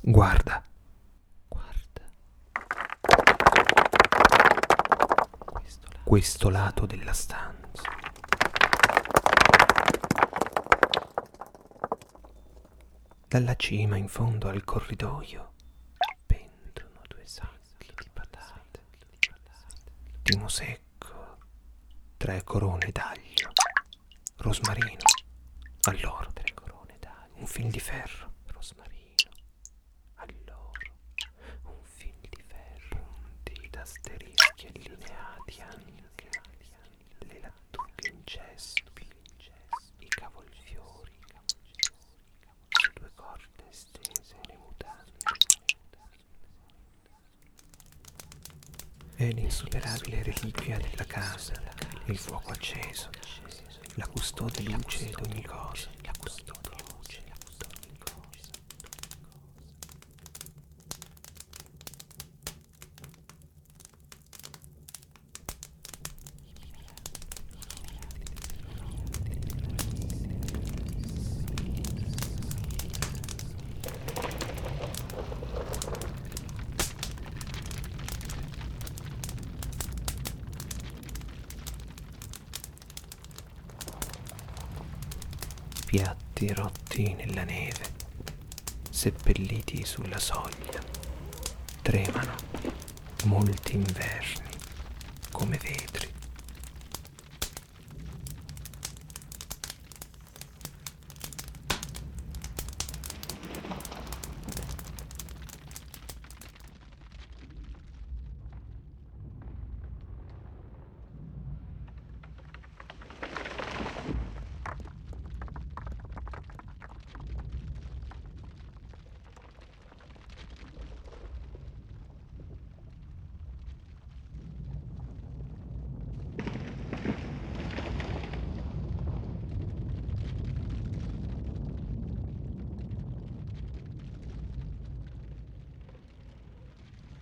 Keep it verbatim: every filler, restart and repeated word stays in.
Guarda, guarda. Questo lato della stanza. Dalla cima in fondo al corridoio pendono due sacchi di patate, timo secco, tre corone d'aglio, rosmarino, alloro, tre corone d'aglio, un fil di ferro, rosmarino, alloro, un fil di ferro, punti d'asterischi allineati anche, le lattughe in cespi, i cavolfiori, le due corde stese nei mutanti. È l'insuperabile reliquia della casa, il fuoco acceso, la custode luce d'ogni cosa. La custode luce d'ogni cosa. Piatti rotti nella neve, seppelliti sulla soglia, tremano molti inverni come vetri.